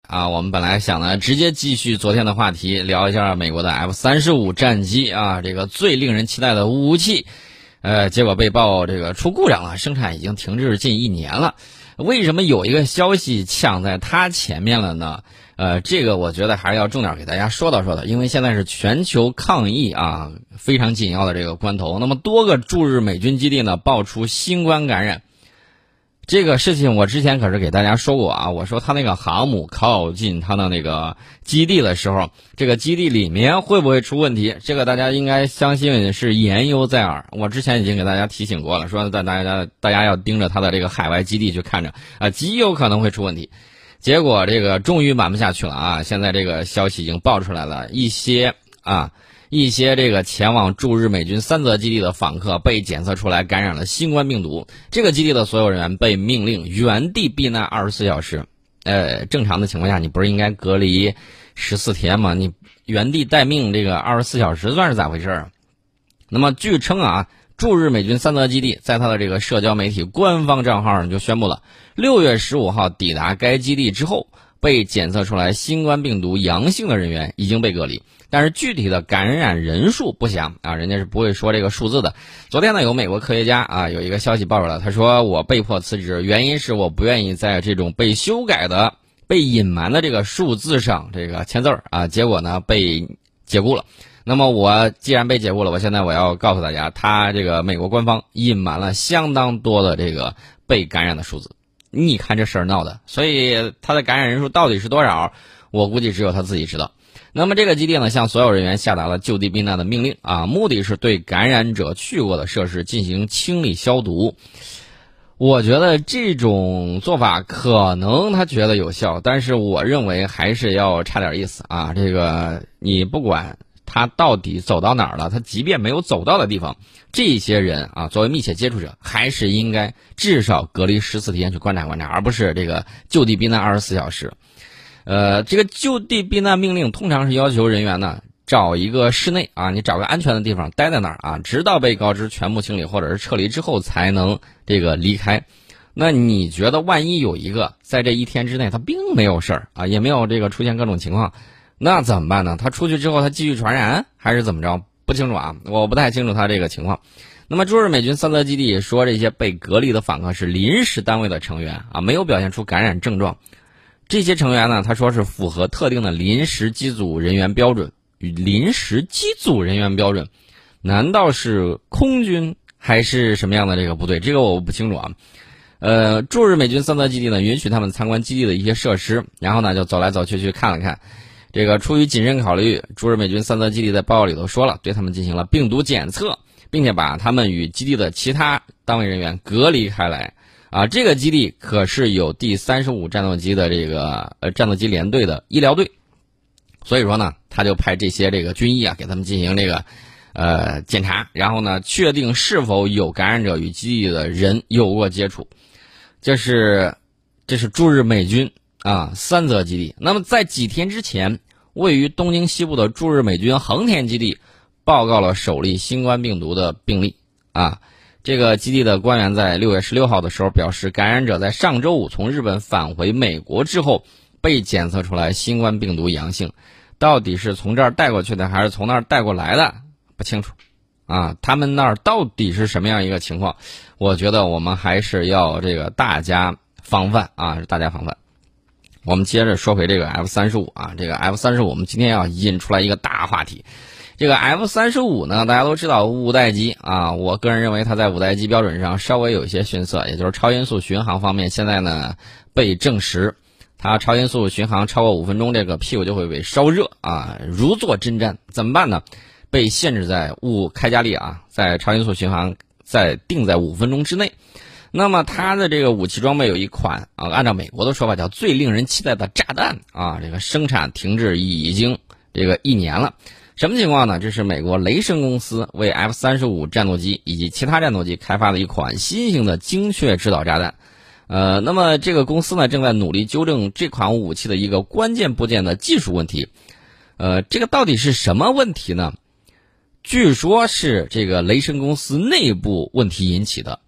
啊，我们本来想呢直接继续昨天的话题，聊一下美国的 F-35战机啊，这个最令人期待的武器，结果被曝这个出故障了，生产已经停滞近1年了。为什么有一个消息抢在它前面了呢？这个我觉得还是要重点给大家说道，因为现在是全球抗疫啊非常紧要的这个关头。那么多个驻日美军基地呢爆出新冠感染。这个事情我之前可是给大家说过啊，我说他那个航母靠近他的那个基地的时候，这个基地里面会不会出问题？这个大家应该相信是言犹在耳。我之前已经给大家提醒过了，说大家要盯着他的这个海外基地去看着啊，极有可能会出问题。结果这个终于瞒不下去了啊！现在这个消息已经爆出来了，一些这个前往驻日美军三泽基地的访客被检测出来感染了新冠病毒，这个基地的所有人员被命令原地避难24小时。正常的情况下你不是应该隔离14天吗？你原地待命这个24小时算是咋回事啊？那么据称啊，驻日美军三泽基地在他的这个社交媒体官方账号上就宣布了，6月15号抵达该基地之后被检测出来新冠病毒阳性的人员已经被隔离，但是具体的感染人数不详啊，人家是不会说这个数字的。昨天呢，有美国科学家啊有一个消息爆出来，他说我被迫辞职，原因是我不愿意在这种被修改的、被隐瞒的这个数字上这个签字啊，结果呢被解雇了。那么我既然被解雇了，我要告诉大家，他这个美国官方隐瞒了相当多的这个被感染的数字。你看这事儿闹的，所以他的感染人数到底是多少，我估计只有他自己知道。那么这个基地呢，向所有人员下达了就地避难的命令啊，目的是对感染者去过的设施进行清理消毒。我觉得这种做法可能他觉得有效，但是我认为还是要差点意思啊。这个你不管他到底走到哪儿了，他即便没有走到的地方，这些人啊作为密切接触者还是应该至少隔离14天去观察，而不是这个就地避难24小时。这个就地避难命令通常是要求人员呢找一个室内啊，你找个安全的地方待在那儿啊，直到被告知全部清理或者是撤离之后才能这个离开。那你觉得万一有一个在这1天之内他并没有事儿啊，也没有这个出现各种情况，那怎么办呢？他出去之后他继续传染还是怎么着？不清楚啊，我不太清楚他这个情况。那么驻日美军三泽基地说，这些被隔离的访客是临时单位的成员啊，没有表现出感染症状。这些成员呢，他说是符合特定的临时机组人员标准。临时机组人员标准，难道是空军还是什么样的这个部队？这个我不清楚啊。驻日美军三泽基地呢，允许他们参观基地的一些设施，然后呢就走来走去看了看。这个出于谨慎考虑，驻日美军三泽基地在报告里头说了，对他们进行了病毒检测，并且把他们与基地的其他单位人员隔离开来。啊，这个基地可是有第35战斗机的这个战斗机联队的医疗队，所以说呢，他就派这些这个军医啊给他们进行这个检查，然后呢确定是否有感染者与基地的人有过接触。这是驻日美军啊三泽基地。那么在几天之前，位于东京西部的驻日美军横田基地报告了首例新冠病毒的病例啊。这个基地的官员在6月16号的时候表示，感染者在上周五从日本返回美国之后被检测出来新冠病毒阳性，到底是从这儿带过去的还是从那儿带过来的不清楚啊。他们那儿到底是什么样一个情况，我觉得我们还是要这个大家防范啊，大家防范。我们接着说回这个 F-35啊，这个 F-35我们今天要引出来一个大话题。这个 F-35呢，大家都知道五代机啊，我个人认为它在五代机标准上稍微有一些逊色，也就是超音速巡航方面，现在呢被证实，它超音速巡航超过5分钟，这个屁股就会被烧热啊，如坐针毡。怎么办呢？被限制在开加利啊，在超音速巡航定在5分钟之内。那么它的这个武器装备有一款啊，按照美国的说法叫最令人期待的炸弹啊，这个生产停滞已经这个1年了。什么情况呢？这是美国雷神公司为 F-35战斗机以及其他战斗机开发的一款新型的精确制导炸弹。那么这个公司呢正在努力纠正这款武器的一个关键部件的技术问题。这个到底是什么问题呢？据说是这个雷神公司内部问题引起的。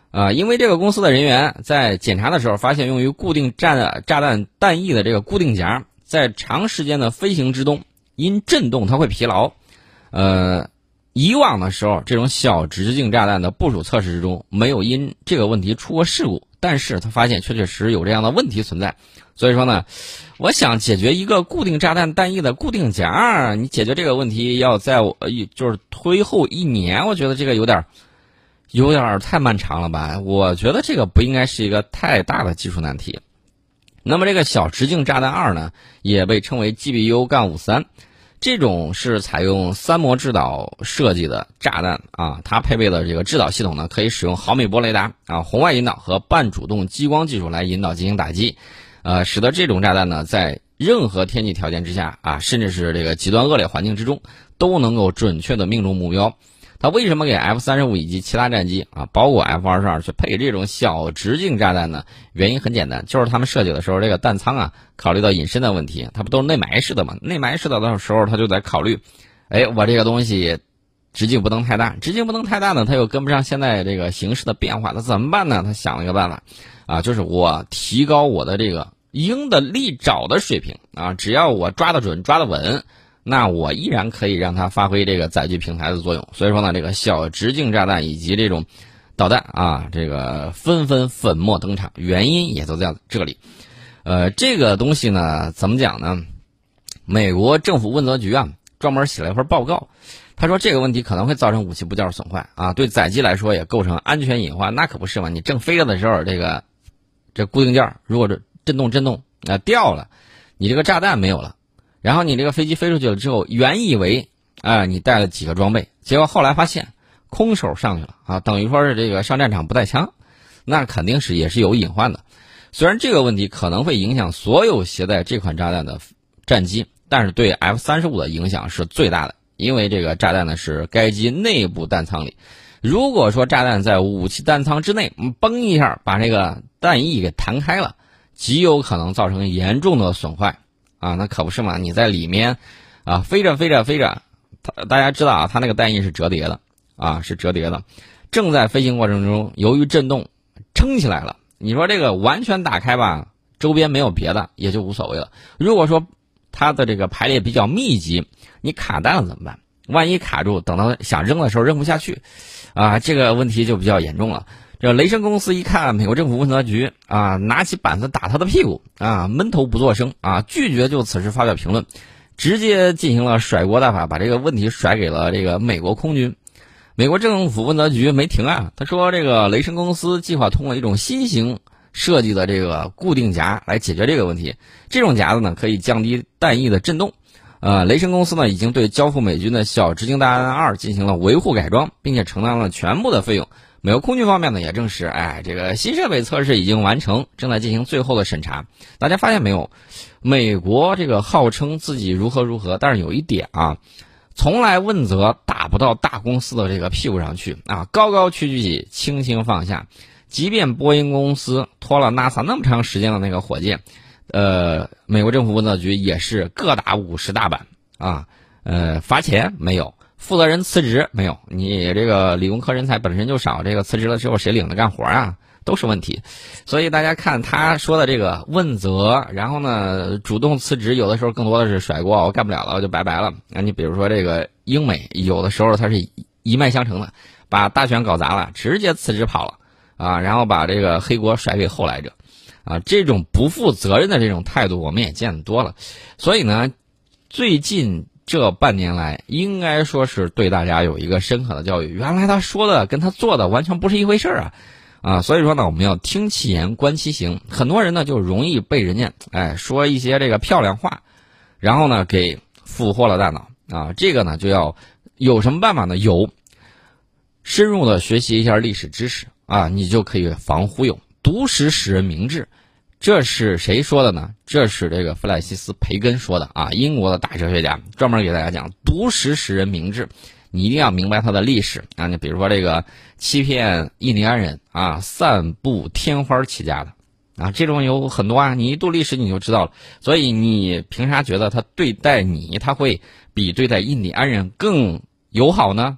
因为这个公司的人员在检查的时候发现，用于固定炸弹弹翼的这个固定夹，在长时间的飞行之中，因震动它会疲劳。以往的时候，这种小直径炸弹的部署测试之中，没有因这个问题出过事故，但是他发现确实有这样的问题存在。所以说呢，我想解决一个固定炸弹弹翼的固定夹，你解决这个问题要在就是推后1年，我觉得这个有点太漫长了吧？我觉得这个不应该是一个太大的技术难题。那么这个小直径炸弹2呢，也被称为 GBU-53， 这种是采用3模制导设计的炸弹啊，它配备的这个制导系统呢，可以使用毫米波雷达啊、红外引导和半主动激光技术来引导进行打击，使得这种炸弹呢，在任何天气条件之下啊，甚至是这个极端恶劣环境之中，都能够准确的命中目标。它为什么给 F-35以及其他战机啊，包括 F-22去配这种小直径炸弹呢？原因很简单，就是他们设计的时候，这个弹舱啊，考虑到隐身的问题，它不都是内埋式的嘛？内埋式的时候，他就得考虑，我这个东西直径不能太大，直径不能太大呢，它又跟不上现在这个形势的变化，那怎么办呢？他想了一个办法，啊，就是我提高我的这个鹰的利爪的水平啊，只要我抓得准、抓得稳。那我依然可以让它发挥这个载具平台的作用。所以说呢，这个小直径炸弹以及这种导弹啊，这个纷纷粉墨登场，原因也都在这里。这个东西呢，怎么讲呢？美国政府问责局啊，专门写了一份报告，他说这个问题可能会造成武器部件损坏啊，对载机来说也构成安全隐患。那可不是嘛，你正飞着的时候，这固定件如果这震动掉了，你这个炸弹没有了。然后你这个飞机飞出去了之后，原以为你带了几个装备，结果后来发现空手上去了啊，等于说是这个上战场不带枪，那肯定是也是有隐患的。虽然这个问题可能会影响所有携带这款炸弹的战机，但是对 F-35的影响是最大的，因为这个炸弹呢是该机内部弹舱里。如果说炸弹在武器弹舱之内，嘣一下把这个弹翼给弹开了，极有可能造成严重的损坏。啊，那可不是嘛！你在里面，飞着，大家知道啊，它那个弹翼是折叠的，是折叠的。正在飞行过程中，由于震动，撑起来了。你说这个完全打开吧，周边没有别的，也就无所谓了。如果说它的这个排列比较密集，你卡弹了怎么办？万一卡住，等到想扔的时候扔不下去，这个问题就比较严重了。这雷神公司一看美国政府问责局拿起板子打他的屁股闷头不作声拒绝就此事发表评论，直接进行了甩锅大法，把这个问题甩给了这个美国空军。美国政府问责局没停他说这个雷神公司计划通过一种新型设计的这个固定夹来解决这个问题。这种夹子呢可以降低弹翼的震动。雷神公司呢已经对交付美军的小直径炸弹2进行了维护改装，并且承担了全部的费用。美国空军方面呢也证实，这个新设备测试已经完成，正在进行最后的审查。大家发现没有？美国这个号称自己如何，但是有一点从来问责打不到大公司的这个屁股上去高高举起，轻轻放下。即便波音公司拖了 NASA 那么长时间的那个火箭，美国政府问责局也是各打50大板罚钱没有。负责人辞职没有？你这个理工科人才本身就少，这个辞职了之后谁领着干活都是问题。所以大家看他说的这个问责，然后呢主动辞职，有的时候更多的是甩锅，我干不了了，我就拜拜了。你比如说这个英美，有的时候它是一脉相承的，把大选搞砸了，直接辞职跑了然后把这个黑锅甩给后来者这种不负责任的这种态度我们也见得多了。所以呢，最近这半年来应该说是对大家有一个深刻的教育，原来他说的跟他做的完全不是一回事所以说呢，我们要听其言观其行。很多人呢就容易被人家说一些这个漂亮话，然后呢给俘获了大脑这个呢就要有什么办法呢？有深入的学习一下历史知识你就可以防忽悠。读史使人明智，这是谁说的呢？这是这个弗莱西斯·培根说的英国的大哲学家，专门给大家讲读史使人明智。你一定要明白它的历史你比如说这个欺骗印第安人散布天花起家的这种有很多你一读历史你就知道了。所以你凭啥觉得他对待你他会比对待印第安人更友好呢？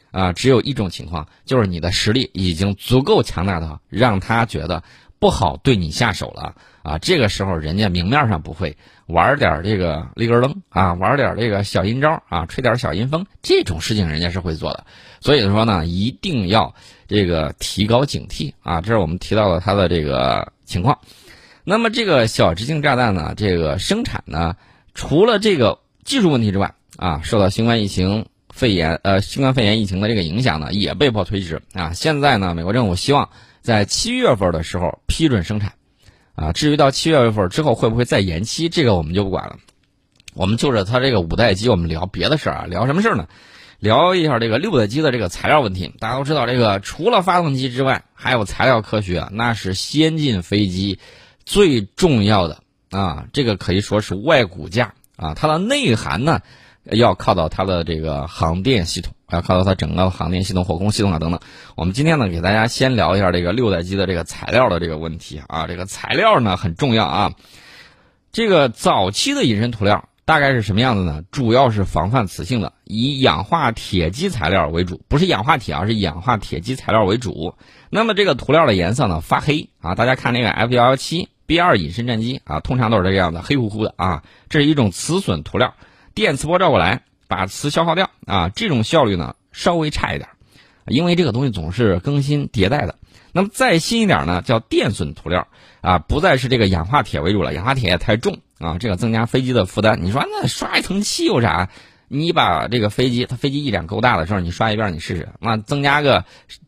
只有一种情况，就是你的实力已经足够强大的，让他觉得不好对你下手了这个时候人家明面上不会玩点这个立根楞玩点这个小阴招吹点小阴风，这种事情人家是会做的。所以说呢，一定要这个提高警惕这是我们提到了他的这个情况。那么这个小直径炸弹呢，这个生产呢，除了这个技术问题之外受到新冠肺炎疫情的这个影响呢，也被迫推迟现在呢，美国政府希望在7月份的时候批准生产至于到7月份之后会不会再延期，这个我们就不管了。我们就着它这个5代机，我们聊别的事儿聊什么事儿呢？聊一下这个6代机的这个材料问题。大家都知道，这个除了发动机之外，还有材料科学那是先进飞机最重要的这个可以说是外骨架它的内涵呢，要靠到它的这个航电系统，要靠到它整个航电系统、火控系统等等。我们今天呢，给大家先聊一下这个6代机的这个材料的这个问题这个材料呢很重要这个早期的隐身涂料大概是什么样子呢？主要是防范磁性的，以氧化铁基材料为主，不是氧化铁是氧化铁基材料为主。那么这个涂料的颜色呢发黑大家看这个 F117B2 隐身战机通常都是这个样子，黑乎乎的这是一种磁损涂料，电磁波照过来把磁消耗掉这种效率呢稍微差一点，因为这个东西总是更新迭代的。那么再新一点呢，叫电损涂料不再是这个氧化铁为主了，氧化铁也太重这个增加飞机的负担。你说那刷一层漆有啥？你把这个飞机翼展够大的时候，你刷一遍你试试，那增加个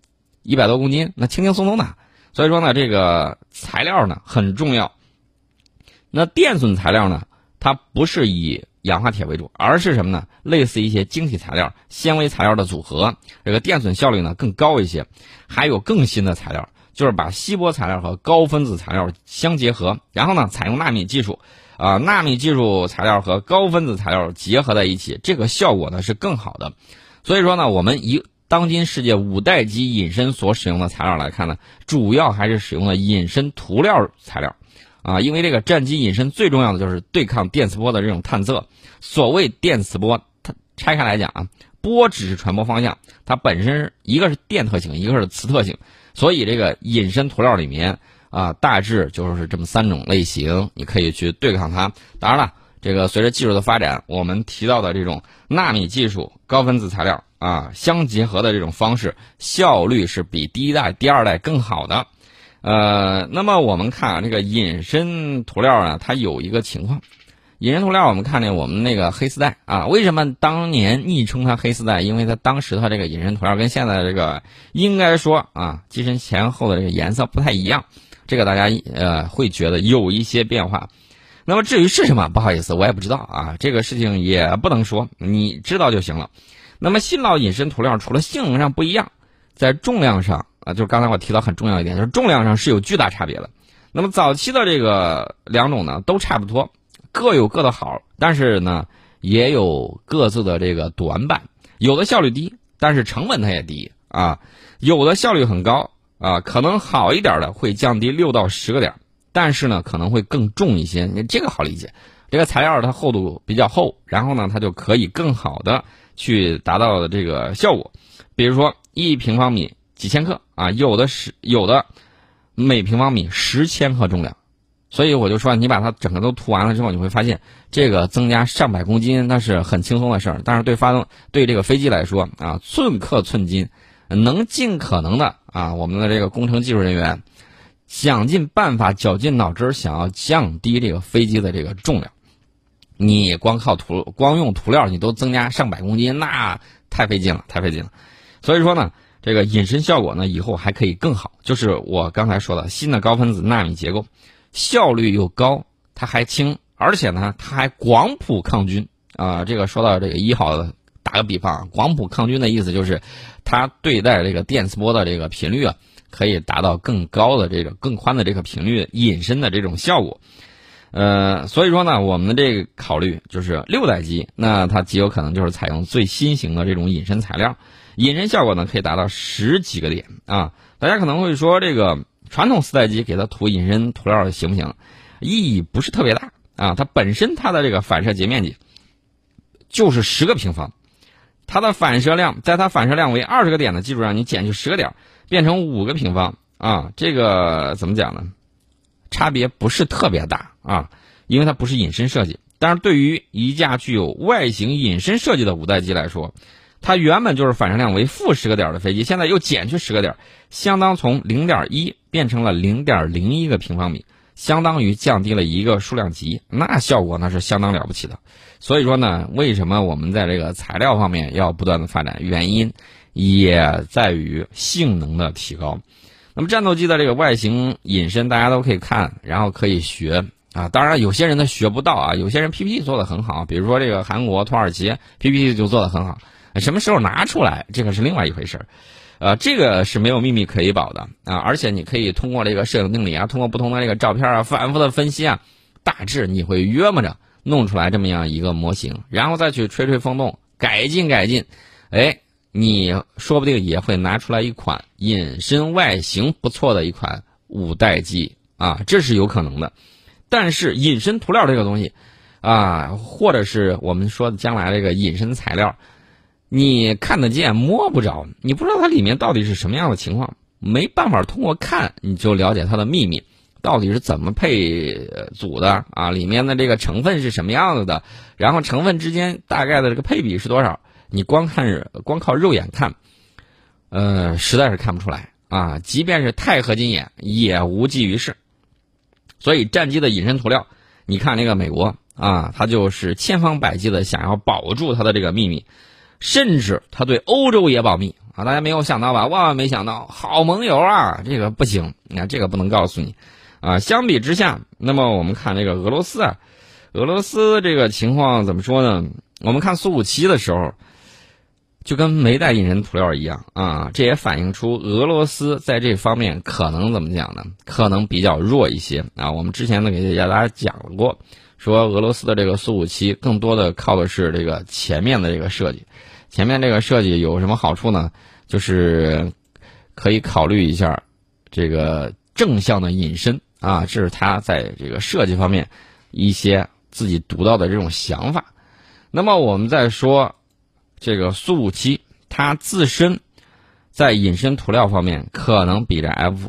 100多公斤，那轻轻松松的。所以说呢，这个材料呢很重要。那电损材料呢，它不是以氧化铁为主，而是什么呢？类似一些晶体材料、纤维材料的组合，这个电损效率呢更高一些。还有更新的材料，就是把稀薄材料和高分子材料相结合，然后呢采用纳米技术纳米技术材料和高分子材料结合在一起，这个效果呢是更好的。所以说呢，我们以当今世界5代机隐身所使用的材料来看呢，主要还是使用了隐身涂料材料因为这个战机隐身最重要的就是对抗电磁波的这种探测。所谓电磁波，它拆开来讲波只是传播方向，它本身一个是电特性，一个是磁特性，所以这个隐身涂料里面大致就是这么3种类型，你可以去对抗它。当然了，这个随着技术的发展，我们提到的这种纳米技术、高分子材料相结合的这种方式，效率是比第1代、第2代更好的。那么我们看这个隐身涂料呢，它有一个情况。隐身涂料我们看见我们那个黑丝带为什么当年昵称它黑丝带？因为它当时它这个隐身涂料跟现在这个应该说机身前后的这个颜色不太一样，这个大家会觉得有一些变化。那么至于是什么，不好意思我也不知道这个事情也不能说，你知道就行了。那么新老隐身涂料除了性能上不一样，在重量上就是刚才我提到很重要一点，就是重量上是有巨大差别的。那么早期的这个两种呢都差不多，各有各的好，但是呢也有各自的这个短板。有的效率低，但是成本它也低有的效率很高可能好一点的会降低6到10个点，但是呢可能会更重一些。你这个好理解，这个材料它厚度比较厚，然后呢它就可以更好的去达到的这个效果。比如说1平方米几千克有的每平方米10千克重量。所以我就说，你把它整个都涂完了之后，你会发现这个增加上百公斤那是很轻松的事儿。但是对这个飞机来说寸克寸金，能尽可能的我们的这个工程技术人员想尽办法绞尽脑汁想要降低这个飞机的这个重量。你光用涂料你都增加上百公斤，那太费劲了。所以说呢，这个隐身效果呢以后还可以更好，就是我刚才说的新的高分子纳米结构，效率又高，它还轻，而且呢它还广谱抗菌这个说到这个1号的，打个比方广谱抗菌的意思就是它对待这个电磁波的这个频率可以达到更高的这个更宽的这个频率隐身的这种效果。所以说呢，我们的这个考虑就是6代机，那它极有可能就是采用最新型的这种隐身材料，隐身效果呢可以达到10几个点大家可能会说，这个传统4代机给它涂隐身涂料行不行？意义不是特别大它本身它的这个反射截面积就是10个平方， 它的反射量，在它反射量为20个点的基础上，你减去10个点，变成5个平方啊，这个怎么讲呢？差别不是特别大啊，因为它不是隐身设计。但是对于一架具有外形隐身设计的五代机来说，它原本就是反射量为-10个点的飞机，现在又减去10个点，相当从 0.1 变成了 0.01 个平方米，相当于降低了一个数量级，那效果那是相当了不起的。所以说呢，为什么我们在这个材料方面要不断的发展，原因也在于性能的提高。那么战斗机的这个外形隐身大家都可以看，然后可以学啊，当然有些人呢学不到啊，有些人 PPT 做得很好，比如说这个韩国、土耳其 PPT 就做得很好，什么时候拿出来这个是另外一回事。这个是没有秘密可以保的啊，而且你可以通过这个摄影定理啊，通过不同的这个照片啊，反复的分析啊，大致你会约摸着弄出来这么样一个模型，然后再去吹吹风动，改进，你说不定也会拿出来一款隐身外形不错的一款五代机啊，这是有可能的。但是隐身涂料这个东西啊，或者是我们说的将来这个隐身材料，你看得见摸不着，你不知道它里面到底是什么样的情况，没办法通过看你就了解它的秘密到底是怎么配组的啊，里面的这个成分是什么样子的，然后成分之间大概的这个配比是多少，你光靠肉眼看实在是看不出来啊，即便是钛合金眼也无济于事。所以战机的隐身涂料，你看那个美国啊，它就是千方百计的想要保住它的这个秘密，甚至它对欧洲也保密啊！大家没有想到吧？万万没想到，好盟友啊，这个不行，你看这个不能告诉你啊。相比之下，那么我们看这个俄罗斯啊，俄罗斯这个情况怎么说呢？我们看苏57的时候，就跟没带隐身涂料一样啊，这也反映出俄罗斯在这方面可能怎么讲呢？可能比较弱一些啊。我们之前呢给大家讲过，说俄罗斯的这个苏57更多的靠的是这个前面的这个设计。前面这个设计有什么好处呢？就是可以考虑一下这个正向的隐身啊，这是他在这个设计方面一些自己独到的这种想法。那么我们再说这个苏57，它自身在隐身涂料方面可能比这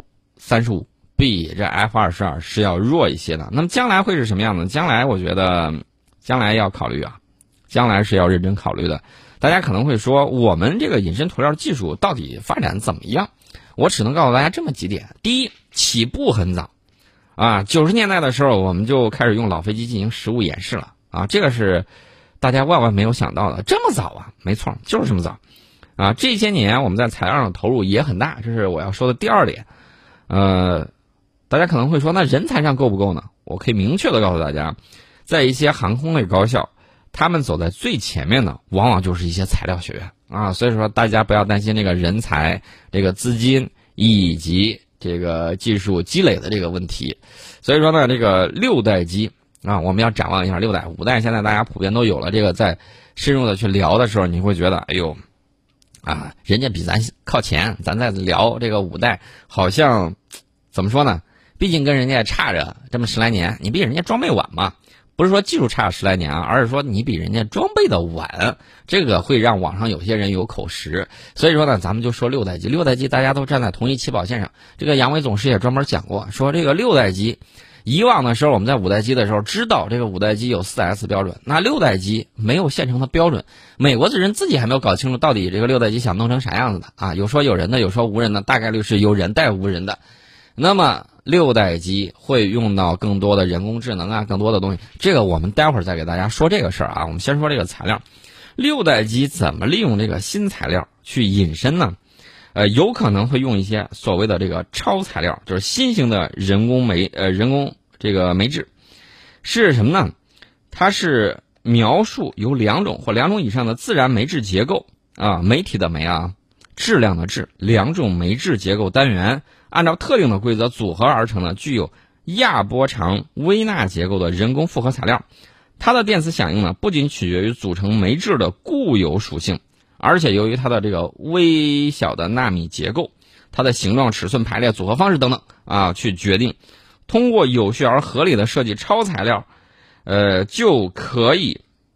F-35、比这 F-22是要弱一些的。那么将来会是什么样的？将来我觉得，将来要考虑啊，将来是要认真考虑的。大家可能会说，我们这个隐身涂料技术到底发展怎么样？我只能告诉大家这么几点：第一，起步很早啊，90年代的时候我们就开始用老飞机进行实物演示了啊，这个是大家万万没有想到的，这么早啊？没错，就是这么早啊！这些年我们在材料上投入也很大，这是我要说的第二点。大家可能会说，那人才上够不够呢？我可以明确的告诉大家，在一些航空类高校，他们走在最前面的，往往就是一些材料学院啊。所以说，大家不要担心这个人才、这个资金以及这个技术积累的这个问题。所以说呢，这个6代机啊，我们要展望一下6代、5代，现在大家普遍都有了。这个在深入的去聊的时候，你会觉得，哎呦，啊，人家比咱靠前，咱在聊这个5代，好像怎么说呢？毕竟跟人家差着这么10来年，你比人家装备晚嘛。不是说技术差10来年啊，而是说你比人家装备的晚，这个会让网上有些人有口实。所以说呢，咱们就说6代机，6代机大家都站在同一起跑线上。这个杨伟总师也专门讲过，说这个6代机，以往的时候我们在5代机的时候知道这个5代机有 4S 标准，那6代机没有现成的标准，美国的人自己还没有搞清楚到底这个6代机想弄成啥样子的啊，有说有人的，有说无人的，大概率是有人带无人的。那么6代机会用到更多的人工智能啊，更多的东西，这个我们待会儿再给大家说这个事儿啊。我们先说这个材料，6代机怎么利用这个新材料去隐身呢？有可能会用一些所谓的这个超材料，就是新型的人工这个媒质，是什么呢？它是描述由2种或2种以上的自然媒质结构啊，媒体的媒啊，质量的质，2种媒质结构单元。按照特定的规则组合而成的具有亚波长微纳结构的人工复合材料，它的电磁响应呢，不仅取决于组成媒质的固有属性，而且由于它的这个微小的纳米结构，它的形状、尺寸、排列、组合方式等等啊，去决定。通过有序而合理的设计超材料，就可以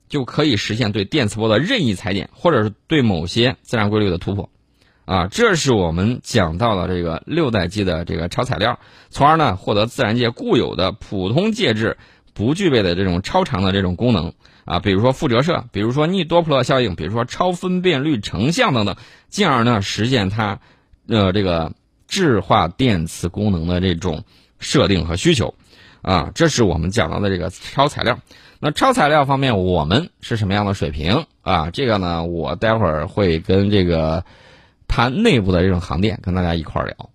就可以实现对电磁波的任意裁剪，或者是对某些自然规律的突破。这是我们讲到了这个6代机的这个超材料，从而呢获得自然界固有的普通介质不具备的这种超长的这种功能比如说副折射，比如说逆多普勒效应，比如说超分辨率成像等等，进而呢实现它这个质化电磁功能的这种设定和需求这是我们讲到的这个超材料。那超材料方面我们是什么样的水平这个呢我待会儿会跟这个它内部的这种航电跟大家一块儿聊。